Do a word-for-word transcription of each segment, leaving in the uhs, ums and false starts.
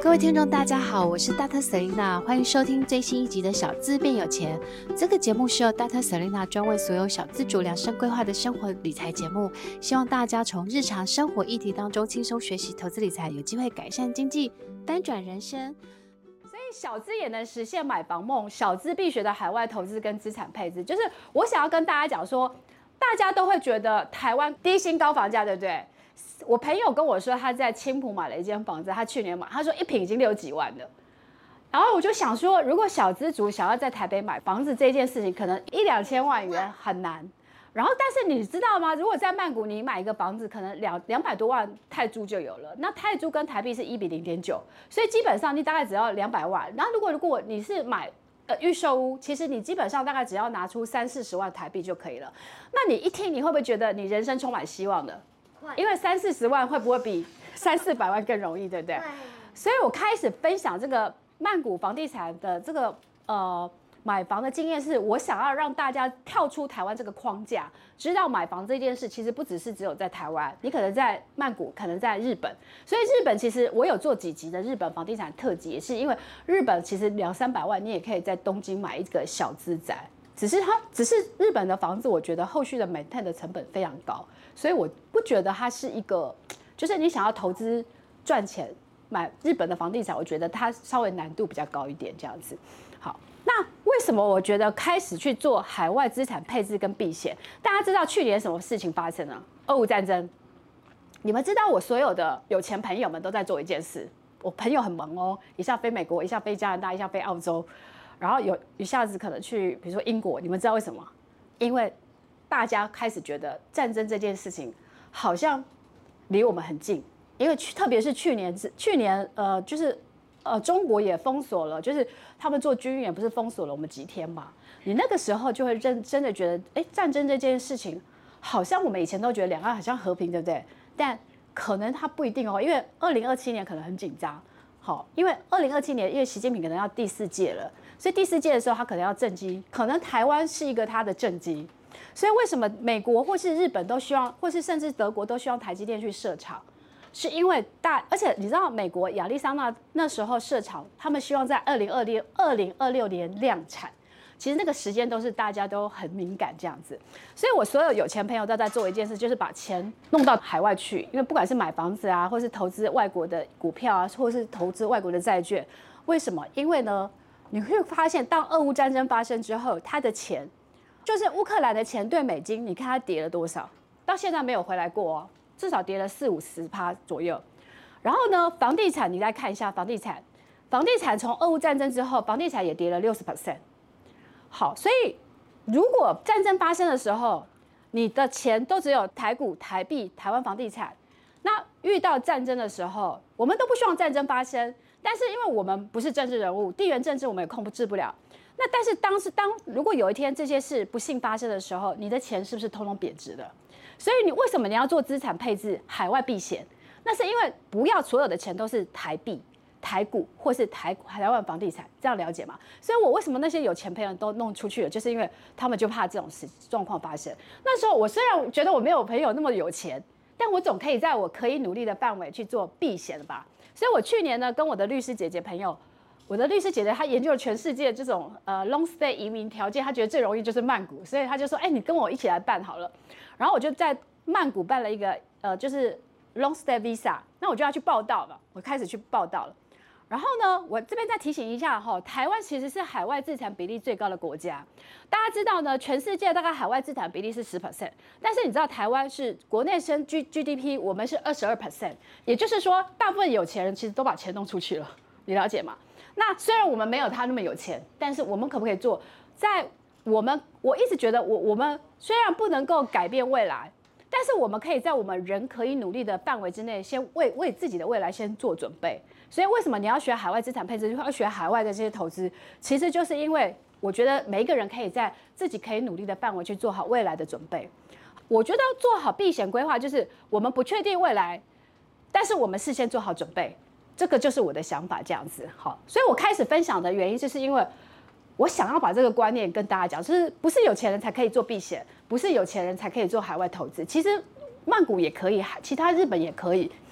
各位听众大家好，我是大特 Selina， 欢迎收听最新一集的小资变有钱。这个节目是由大特 Selina 专为所有小资主量身规划的生活理财节目，希望大家从日常生活议题当中轻松学习投资理财，有机会改善经济，翻转人生。所以小资也能实现买房梦，小资必学的海外投资跟资产配置，就是我想要跟大家讲说，大家都会觉得台湾低薪高房价，对不对？我朋友跟我说，他在青埔买了一间房子，他去年买，他说一坪已经六几万了。然后我就想说，如果小资族想要在台北买房子这件事情，可能一两千万元很难。然后，但是你知道吗？如果在曼谷你买一个房子，可能两两百多万泰铢就有了。那泰铢跟台币是一比零点九，所以基本上你大概只要两百万。然后，如果如果你是买呃预售屋，其实你基本上大概只要拿出三四十万台币就可以了。那你一听，你会不会觉得你人生充满希望的？因为三四十万会不会比三四百万更容易，对不对？所以我开始分享这个曼谷房地产的这个呃买房的经验，是我想要让大家跳出台湾这个框架，知道买房这件事其实不只是只有在台湾，你可能在曼谷，可能在日本。所以日本其实我有做几集的日本房地产特辑，也是因为日本其实两三百万你也可以在东京买一个小资宅。只是它，只是日本的房子，我觉得后续的 maintain 的成本非常高，所以我不觉得它是一个，就是你想要投资赚钱买日本的房地产，我觉得它稍微难度比较高一点这样子。好，那为什么我觉得开始去做海外资产配置跟避险？大家知道去年什么事情发生呢？俄乌战争。你们知道我所有的有钱朋友们都在做一件事，我朋友很忙哦，一下飞美国，一下飞加拿大，一下飞澳洲。然后有一下子可能去，比如说英国，你们知道为什么？因为大家开始觉得战争这件事情好像离我们很近，因为特别是去年，去年呃，就是呃，中国也封锁了，就是他们做军演不是封锁了我们几天嘛？你那个时候就会真真的觉得，哎，战争这件事情好像我们以前都觉得两岸好像和平，对不对？但可能它不一定哦，因为二零二七年可能很紧张。好，因为二零二七年，因为习近平可能要第四届了，所以第四届的时候他可能要政绩，可能台湾是一个他的政绩，所以为什么美国或是日本都希望，或是甚至德国都希望台积电去设厂，是因为大，而且你知道美国亚利桑那那时候设厂，他们希望在二零二六二零二六年量产。其实那个时间都是大家都很敏感这样子，所以我所有有钱朋友都在做一件事，就是把钱弄到海外去，因为不管是买房子啊，或是投资外国的股票啊，或是投资外国的债券，为什么？因为呢，你会发现，当俄乌战争发生之后，他的钱，就是乌克兰的钱对美金，你看它跌了多少，到现在没有回来过哦，至少跌了四五十趴左右。然后呢，房地产你再看一下房地产，房地产从俄乌战争之后，房地产也跌了六十 percent。好，所以如果战争发生的时候，你的钱都只有台股、台币、台湾房地产，那遇到战争的时候，我们都不希望战争发生，但是因为我们不是政治人物，地缘政治我们也控制不了。那但是当是当如果有一天这些事不幸发生的时候，你的钱是不是通通贬值了？所以你为什么你要做资产配置、海外避险？那是因为不要所有的钱都是台币。台股或是台台湾房地产，这样了解吗？所以我为什么那些有钱朋友都弄出去了，就是因为他们就怕这种事状况发生。那时候我虽然觉得我没有朋友那么有钱，但我总可以在我可以努力的范围去做避险吧。所以我去年呢，跟我的律师姐姐朋友，我的律师姐姐她研究了全世界这种呃 long stay 移民条件，她觉得最容易就是曼谷，所以她就说，哎、欸，你跟我一起来办好了。然后我就在曼谷办了一个呃就是 long stay visa， 那我就要去报道了，我开始去报道了。然后呢，我这边再提醒一下哈，台湾其实是海外资产比例最高的国家。大家知道呢，全世界大概海外资产比例是十 percent， 但是你知道台湾是国内生 G G D P， 我们是二十二 percent， 也就是说，大部分有钱人其实都把钱弄出去了，你了解吗？那虽然我们没有他那么有钱，但是我们可不可以做？在我们我一直觉得我我们虽然不能够改变未来。但是我们可以在我们人可以努力的范围之内，先为为自己的未来先做准备。所以为什么你要学海外资产配置，要学海外的这些投资？其实就是因为我觉得每一个人可以在自己可以努力的范围去做好未来的准备。我觉得做好避险规划，就是我们不确定未来，但是我们事先做好准备。这个就是我的想法，这样子。好，所以我开始分享的原因，就是因为我想要把这个观念跟大家讲，就是不是有钱人才可以做避险，不是有钱人才可以做海外投资。其实曼谷也可以，其他日本也可以。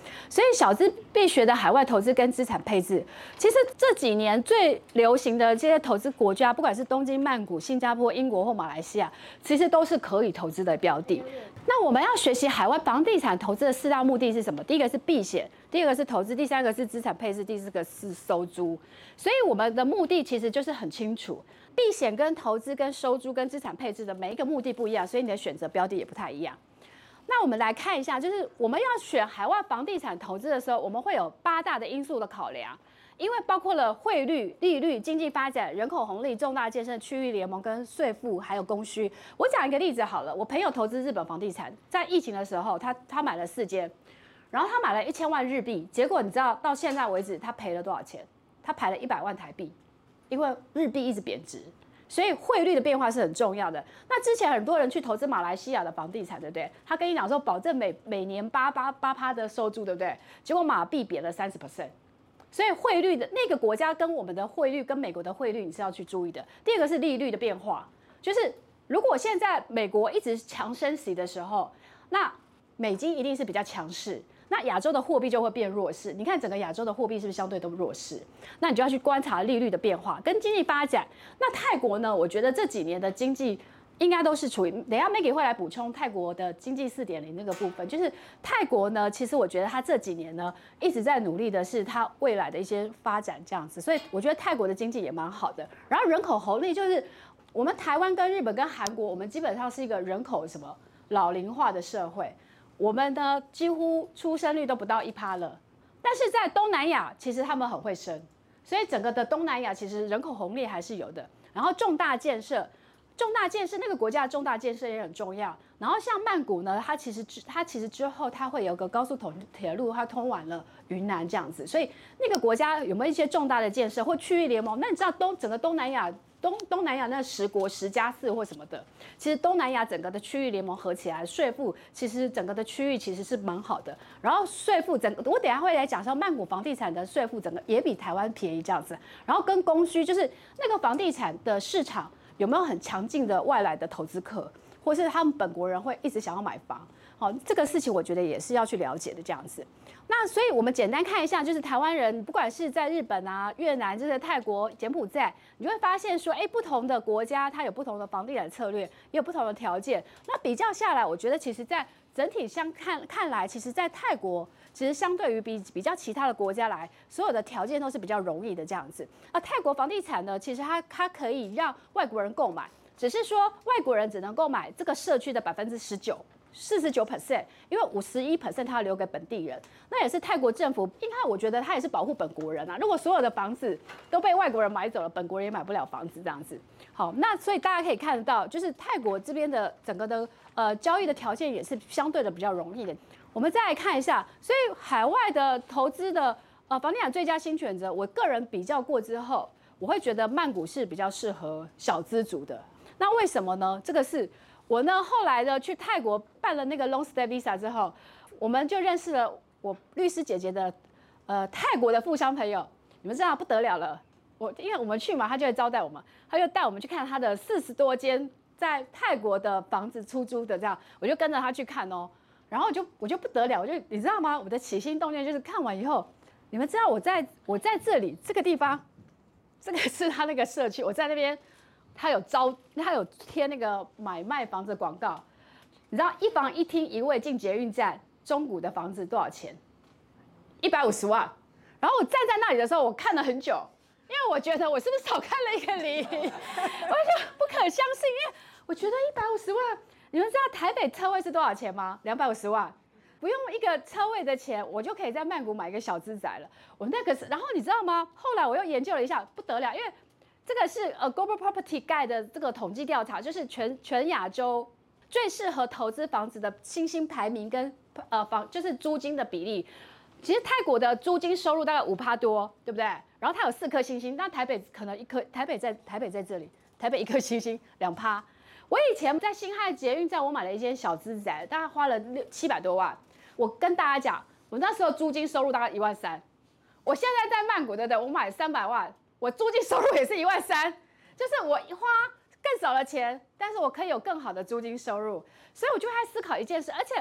所以小资必学的海外投资跟资产配置，其实这几年最流行的这些投资国家，不管是东京、曼谷、新加坡、英国或马来西亚，其实都是可以投资的标的。那我们要学习海外房地产投资的四大目的是什么？第一个是避险，第二个是投资，第三个是资产配置，第四个是收租。所以我们的目的其实就是很清楚，避险跟投资跟收租跟资产配置的每一个目的不一样，所以你的选择标的也不太一样。那我们来看一下，就是我们要选海外房地产投资的时候，我们会有八大的因素的考量，因为包括了汇率、利率、经济发展、人口红利、重大建设、区域联盟跟税负还有供需。我讲一个例子好了，我朋友投资日本房地产，在疫情的时候，他他买了四间，然后他买了一千万日币，结果你知道到现在为止他赔了多少钱？他赔了一百万台币，因为日币一直贬值。所以汇率的变化是很重要的。那之前很多人去投资马来西亚的房地产，对不对？他跟你讲说保证每每年八八八趴的收租，对不对？结果马币贬了三十 percent。所以汇率的那个国家跟我们的汇率跟美国的汇率你是要去注意的。第二个是利率的变化，就是如果现在美国一直强升息的时候，那美金一定是比较强势。那亚洲的货币就会变弱势，你看整个亚洲的货币是不是相对都弱势？那你就要去观察利率的变化跟经济发展。那泰国呢？我觉得这几年的经济应该都是处于，等一下 Maggie 会来补充泰国的经济 四点零 那个部分。就是泰国呢，其实我觉得它这几年呢一直在努力的是它未来的一些发展这样子，所以我觉得泰国的经济也蛮好的。然后人口红利就是我们台湾跟日本跟韩国，我们基本上是一个人口什么老龄化的社会。我们呢几乎出生率都不到一趴了，但是在东南亚其实他们很会生，所以整个的东南亚其实人口红利还是有的。然后重大建设，重大建设那个国家的重大建设也很重要。然后像曼谷呢，它其实它其实之后它会有个高速铁路，它通完了云南这样子，所以那个国家有没有一些重大的建设或区域联盟？那你知道东整个东南亚？东东南亚那十国十加四或什么的，其实东南亚整个的区域联盟合起来，税负其实整个的区域其实是蛮好的。然后税负整个，我等一下会来讲说曼谷房地产的税负整个也比台湾便宜这样子。然后跟供需，就是那个房地产的市场有没有很强劲的外来的投资客，或是他们本国人会一直想要买房。好，这个事情我觉得也是要去了解的这样子。那所以我们简单看一下，就是台湾人不管是在日本啊、越南，就是泰国、柬埔寨，你就会发现说，哎，不同的国家它有不同的房地产策略，也有不同的条件。那比较下来，我觉得其实在整体相看看来，其实在泰国，其实相对于比比较其他的国家来，所有的条件都是比较容易的这样子。而泰国房地产呢，其实它它可以让外国人购买，只是说外国人只能购买这个社区的百分之十九。四十九 percent， 因为五十一 percent 它要留给本地人，那也是泰国政府，因为我觉得它也是保护本国人啊。如果所有的房子都被外国人买走了，本国人也买不了房子这样子。好，那所以大家可以看得到，就是泰国这边的整个的呃交易的条件也是相对的比较容易的。我们再来看一下，所以海外的投资的呃房地产最佳新选择，我个人比较过之后，我会觉得曼谷是比较适合小资族的。那为什么呢？这个是。我呢，后来呢去泰国办了那个 long stay visa 之后，我们就认识了我律师姐姐的呃泰国的富商朋友。你们知道不得了了，我因为我们去嘛，他就会招待我们，他就带我们去看他的四十多间在泰国的房子出租的这样，我就跟着他去看哦。然后就我就不得了，我就你知道吗？我的起心动念就是看完以后，你们知道我在我在这里这个地方，这个是他那个社区，我在那边。他有招，他有贴那个买卖房子广告，你知道一房一厅一卫进捷运站，中古的房子多少钱？一百五十万。然后我站在那里的时候，我看了很久，因为我觉得我是不是少看了一个零？我就不可相信，因为我觉得一百五十万，你们知道台北车位是多少钱吗？两百五十万，不用一个车位的钱，我就可以在曼谷买一个小资宅了。我那个是，然后你知道吗？后来我又研究了一下，不得了，因为。这个是呃 Global Property Guide 的这个统计调查，就是全全亚洲最适合投资房子的新兴排名跟呃房就是租金的比例。其实泰国的租金收入大概五趴多，对不对？然后它有四颗星星，那台北可能一颗，台北在台北在这里，台北一颗星星两趴。我以前在辛亥捷运站，我买了一间小资宅，大概花了六七百多万。我跟大家讲，我那时候租金收入大概一万三。我现在在曼谷，对不对？我买三百万。我租金收入也是一万三，就是我花更少的钱，但是我可以有更好的租金收入，所以我就在思考一件事，而且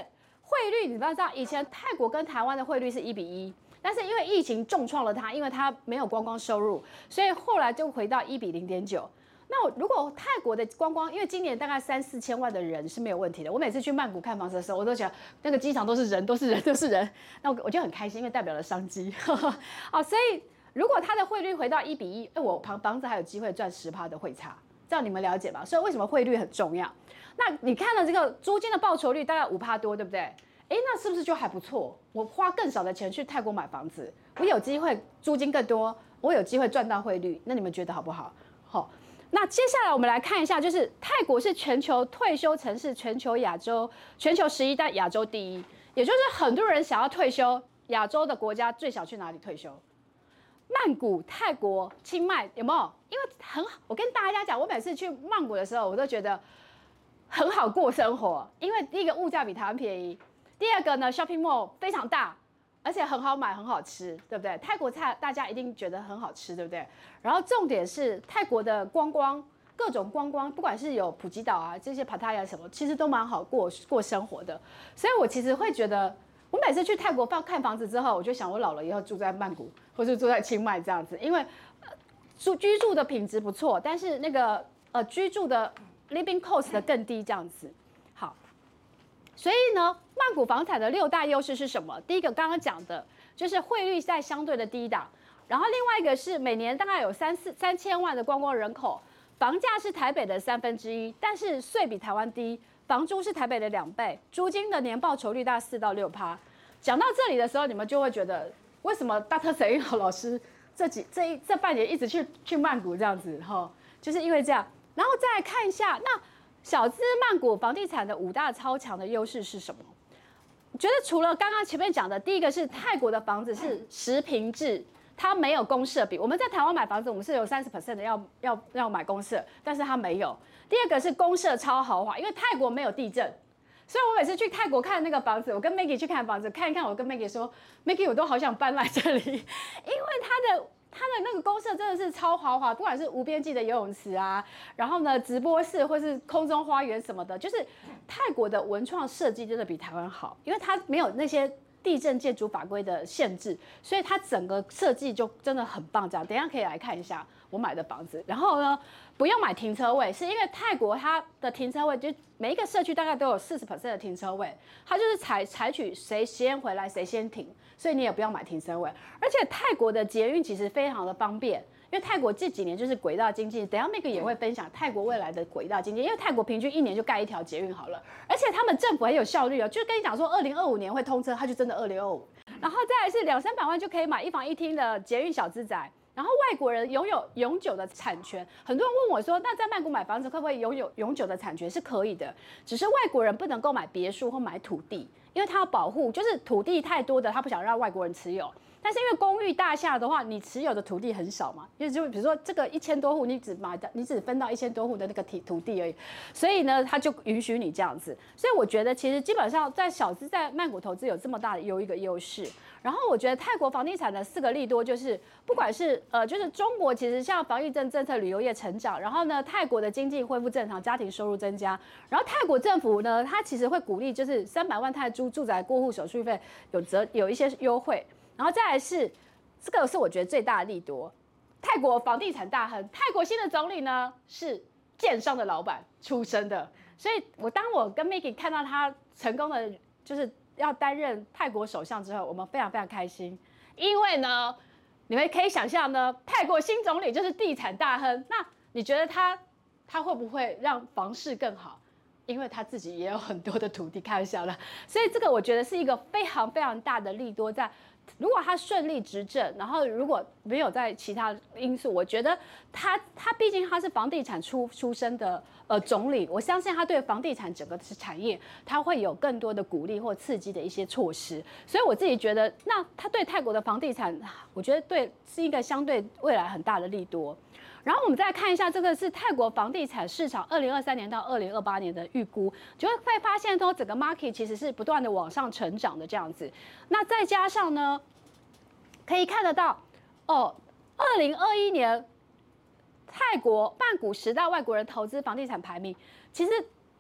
汇率，你不要知道，以前泰国跟台湾的汇率是一比一，但是因为疫情重创了它，因为它没有观光收入，所以后来就回到一比零点九。那如果泰国的观光，因为今年大概三四千万的人是没有问题的。我每次去曼谷看房子的时候，我都觉得那个机场都是人，都是人，都是人。那我我就很开心，因为代表了商机。好，所以如果它的汇率回到一比一，哎，我房房子还有机会赚十趴的汇差，这样你们了解吧？所以为什么汇率很重要？那你看了这个租金的报酬率大概五趴多，对不对？哎，那是不是就还不错？我花更少的钱去泰国买房子，我有机会租金更多，我有机会赚到汇率，那你们觉得好不好？好，那接下来我们来看一下，就是泰国是全球退休城市，全球亚洲全球十一大亚洲第一，也就是很多人想要退休，亚洲的国家最想去哪里退休？曼谷、泰国、清迈有没有？因为很好，我跟大家讲，我每次去曼谷的时候，我都觉得很好过生活，因为第一个物价比台湾便宜，第二个呢 shopping mall 非常大，而且很好买，很好吃，对不对？泰国菜大家一定觉得很好吃，对不对？然后重点是泰国的观光，各种观光，不管是有普吉岛啊这些帕塔亚什么，其实都蛮好过过生活的。所以我其实会觉得，我每次去泰国看房子之后，我就想我老了以后住在曼谷，或是住在清迈这样子，因为住居住的品质不错，但是那个呃居住的 living cost 的更低这样子。好，所以呢，曼谷房产的六大优势是什么？第一个刚刚讲的就是汇率在相对的低档，然后另外一个是每年大概有三四三千万的观光人口，房价是台北的三分之一，但是税比台湾低，房租是台北的两倍，租金的年报酬率大概四到六趴。讲到这里的时候，你们就会觉得为什么大特沈一豪老师这几这一这半年一直去去曼谷这样子哈，就是因为这样。然后再来看一下，那小资曼谷房地产的五大超强的优势是什么？我觉得除了刚刚前面讲的，第一个是泰国的房子是实坪制，它没有公设比。我们在台湾买房子，我们是有三十 percent 的要要要买公设，但是它没有。第二个是公设超豪华，因为泰国没有地震。所以我每次去泰国看那个房子，我跟 Maggie 去看房子，看一看，我跟 Maggie 说 ，Maggie 我都好想搬来这里，因为它的它的那个公设真的是超豪华，不管是无边际的游泳池啊，然后呢直播室或是空中花园什么的，就是泰国的文创设计真的比台湾好，因为它没有那些地震建筑法规的限制，所以它整个设计就真的很棒。这样，等一下可以来看一下我买的房子。然后呢，不用买停车位，是因为泰国它的停车位就每一个社区大概都有四十 percent 的停车位，它就是采采取谁先回来谁先停，所以你也不用买停车位。而且泰国的捷运其实非常的方便。因为泰国这几年就是轨道经济，等一下 Maggie 也会分享泰国未来的轨道经济。因为泰国平均一年就盖一条捷运好了，而且他们政府很有效率哦，就是跟你讲说二零二五年会通车，它就真的二零二五。然后再来是两三百万就可以买一房一厅的捷运小资宅。然后外国人拥有永久的产权，很多人问我说，那在曼谷买房子会不会拥有永久的产权？是可以的，只是外国人不能够买别墅或买土地，因为他要保护，就是土地太多的，他不想让外国人持有。但是因为公寓大厦的话，你持有的土地很少嘛，因为就比如说这个一千多户，你只买的，你只分到一千多户的那个土土地而已，所以呢，他就允许你这样子。所以我觉得其实基本上在小资在曼谷投资有这么大的优一个优势。然后我觉得泰国房地产的四个利多就是，不管是呃就是中国其实像防疫政政策、旅游业成长，然后呢泰国的经济恢复正常，家庭收入增加，然后泰国政府呢，它其实会鼓励就是三百万泰铢住宅过户手续费有折有一些优惠。然后再来是，这个是我觉得最大的利多，泰国房地产大亨，泰国新的总理呢是建商的老板出身的，所以我当我跟 Maggie 看到他成功的就是要担任泰国首相之后，我们非常非常开心，因为呢，你们可以想象呢，泰国新总理就是地产大亨，那你觉得他他会不会让房市更好？因为他自己也有很多的土地，开玩笑了，所以这个我觉得是一个非常非常大的利多在。如果他顺利执政，然后如果没有在其他因素，我觉得他他毕竟他是房地产出出身的呃总理，我相信他对房地产整个产业他会有更多的鼓励或刺激的一些措施，所以我自己觉得，那他对泰国的房地产，我觉得对是一个相对未来很大的利多。然后我们再看一下，这个是泰国房地产市场二零二三年到二零二八年的预估，就会发现说整个 market 其实是不断的往上成长的这样子。那再加上呢，可以看得到哦，二零二一年泰国曼谷十大外国人投资房地产排名，其实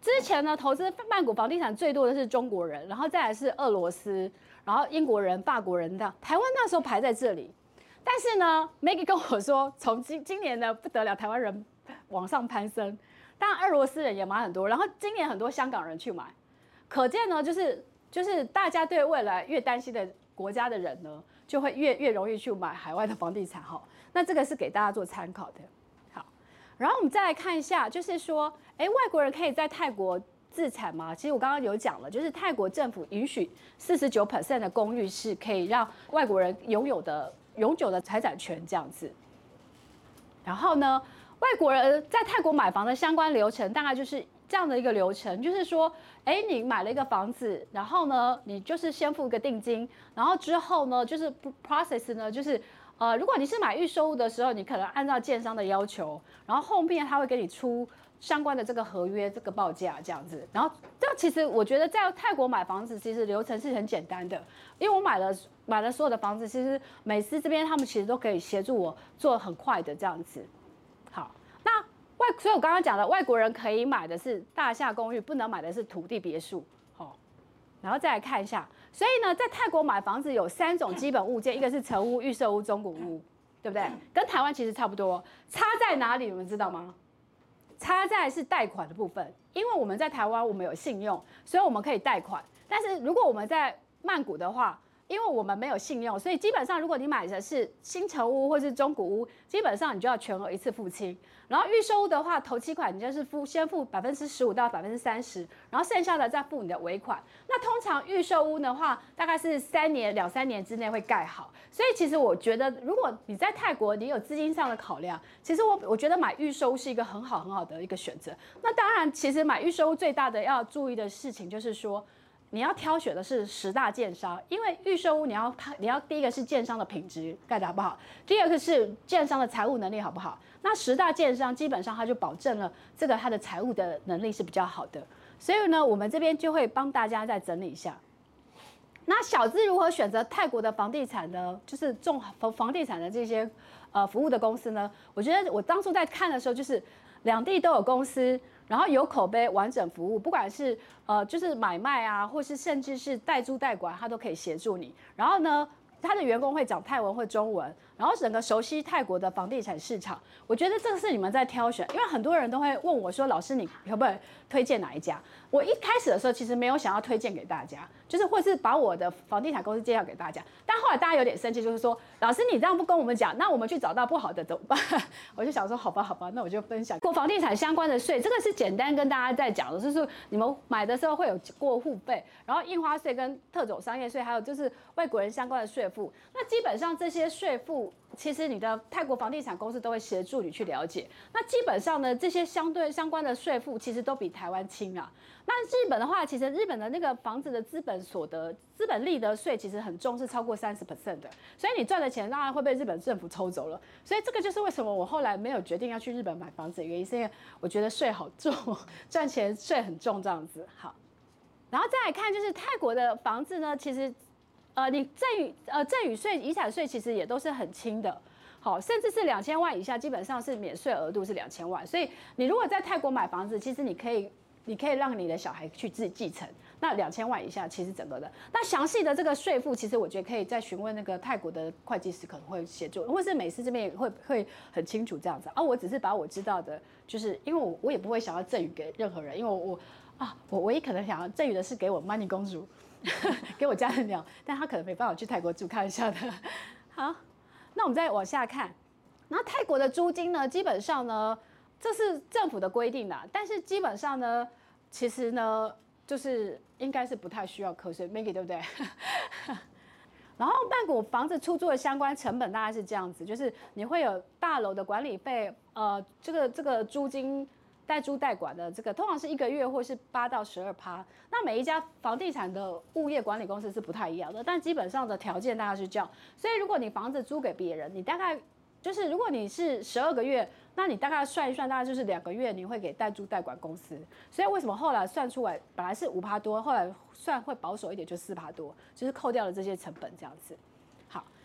之前呢，投资曼谷房地产最多的是中国人，然后再来是俄罗斯，然后英国人、法国人这样，台湾那时候排在这里。但是呢 ，Maggie 跟我说，从今今年呢不得了，台湾人往上攀升，当然俄罗斯人也买很多，然后今年很多香港人去买，可见呢，就是就是大家对未来越担心的国家的人呢，就会越越容易去买海外的房地产哈。那这个是给大家做参考的。好，然后我们再来看一下，就是说，哎，外国人可以在泰国自产吗？其实我刚刚有讲了，就是泰国政府允许四十九 percent 的公寓是可以让外国人拥有的。永久的财产权这样子，然后呢，外国人在泰国买房的相关流程大概就是这样的一个流程，就是说，哎，你买了一个房子，然后呢，你就是先付一个定金，然后之后呢，就是 process 呢，就是呃，如果你是买预售屋的时候，你可能按照建商的要求，然后后面他会给你出相关的这个合约这个报价这样子，然后这其实我觉得在泰国买房子其实流程是很简单的，因为我买了买了所有的房子，其实美思这边他们其实都可以协助我做很快的这样子。好，那外所以我刚刚讲的外国人可以买的是大厦公寓，不能买的是土地别墅。好，然后再来看一下，所以呢，在泰国买房子有三种基本物件，一个是成屋、预售屋、中古屋，对不对？跟台湾其实差不多，差在哪里？你们知道吗？差在是贷款的部分，因为我们在台湾我们有信用，所以我们可以贷款。但是如果我们在曼谷的话，因为我们没有信用，所以基本上如果你买的是新成屋或是中古屋，基本上你就要全额一次付清。然后预售屋的话，头期款你就是付先付百分之十五到百分之三十，然后剩下的再付你的尾款。那通常预售屋的话，大概是三年两三年之内会盖好。所以其实我觉得，如果你在泰国你有资金上的考量，其实我我觉得买预售屋是一个很好很好的一个选择。那当然，其实买预售屋最大的要注意的事情就是说，你要挑选的是十大建商，因为预售屋你要你要第一个是建商的品质盖得好不好，第二个是建商的财务能力好不好。那十大建商基本上它就保证了这个它的财务的能力是比较好的，所以呢，我们这边就会帮大家再整理一下。那小资如何选择泰国的房地产呢？就是重房房地产的这些呃服务的公司呢？我觉得我当初在看的时候，就是两地都有公司。然后有口碑、完整服务，不管是呃就是买卖啊，或是甚至是代租代管，它都可以协助你。然后呢，他的员工会讲泰文或中文，然后整个熟悉泰国的房地产市场。我觉得这个是你们在挑选，因为很多人都会问我说：“老师，你可不可以推荐哪一家？”我一开始的时候其实没有想要推荐给大家，就是或是把我的房地产公司介绍给大家。但后来大家有点生气，就是说：“老师，你这样不跟我们讲，那我们去找到不好的怎么办？”我就想说：“好吧，好吧，那我就分享过房地产相关的税，这个是简单跟大家在讲的，就是你们买的时候会有过户费，然后印花税跟特种商业税，还有就是外国人相关的税负。那基本上这些税负，其实你的泰国房地产公司都会协助你去了解。那基本上呢，这些相对相关的税负其实都比台湾轻啊。那日本的话，其实日本的那个房子的资本所得、资本利得税其实很重，是超过三十 percent 的，所以你赚的钱当然会被日本政府抽走了。所以这个就是为什么我后来没有决定要去日本买房子的原因，是因为我觉得税好重，赚钱税很重这样子。好，然后再来看就是泰国的房子呢，其实。呃，你赠与呃赠与税、遗产税其实也都是很轻的，好，甚至是两千万以下，基本上是免税额度是两千万。所以你如果在泰国买房子，其实你可以你可以让你的小孩去自己继承。那两千万以下，其实整个的那详细的这个税负，其实我觉得可以再询问那个泰国的会计师，可能会协助，或是美思这边也会会很清楚这样子。啊，我只是把我知道的，就是因为我我也不会想要赠与给任何人，因为我我啊我唯一可能想要赠与的是给我 Money 公主。给我家人聊，但他可能没办法去泰国住，开玩笑的。好，那我们再往下看。然后泰国的租金呢，基本上呢，这是政府的规定啦，但是基本上呢，其实呢，就是应该是不太需要课税 ，Maggie 对不对？然后曼谷房子出租的相关成本大概是这样子，就是你会有大楼的管理费，呃，这个这个租金。代租代管的这个通常是一个月或是八到十二趴，那每一家房地产的物业管理公司是不太一样的，但基本上的条件大概是这样。所以如果你房子租给别人，你大概就是如果你是十二个月，那你大概算一算，大概就是两个月你会给代租代管公司。所以为什么后来算出来本来是五趴多，后来算会保守一点就四趴多，就是扣掉了这些成本这样子。好，那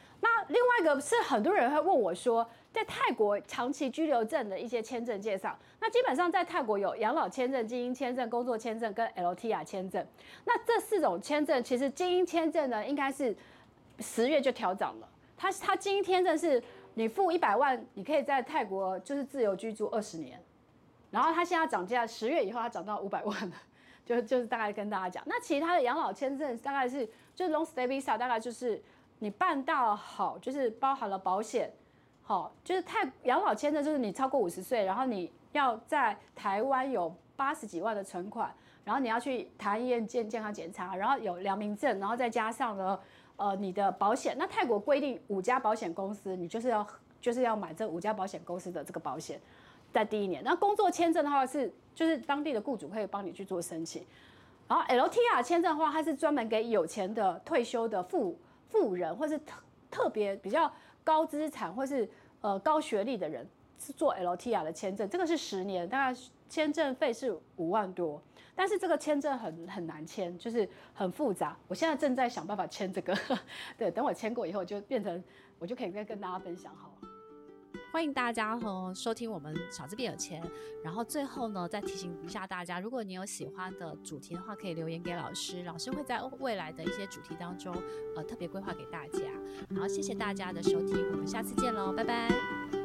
另外一个是很多人会问我说，在泰国长期居留证的一些签证介绍，那基本上在泰国有养老签证、精英签证、工作签证跟 L T R 签证。那这四种签证，其实精英签证呢，应该是十月就调涨了。它它精英签证是你付一百万，你可以在泰国就是自由居住二十年。然后它现在涨价，十月以后它涨到五百万了。就就是大概跟大家讲，那其他的养老签证大概是就是 long stay visa， 大概就是你办到好，就是包含了保险，好，就是泰养老签证就是你超过五十岁，然后你要在台湾有八十几万的存款，然后你要去台湾医院健健康检查，然后有良民证，然后再加上呢呃你的保险，那泰国规定五家保险公司，你就是要就是要买这五家保险公司的这个保险。在第一年，那工作签证的话是，就是当地的雇主可以帮你去做申请，然后 L T R 签证的话，它是专门给有钱的退休的富富人，或是特特别比较高资产或是呃高学历的人是做 L T R 的签证，这个是十年，大概签证费是五万多，但是这个签证很很难签，就是很复杂。我现在正在想办法签这个，对，等我签过以后就变成我就可以再跟大家分享好了。 欢迎大家哦收听我们小资变有钱，然后最后呢再提醒一下大家，如果你有喜欢的主题的话，可以留言给老师，老师会在未来的一些主题当中呃特别规划给大家。然后谢谢大家的收听，我们下次见喽，拜拜。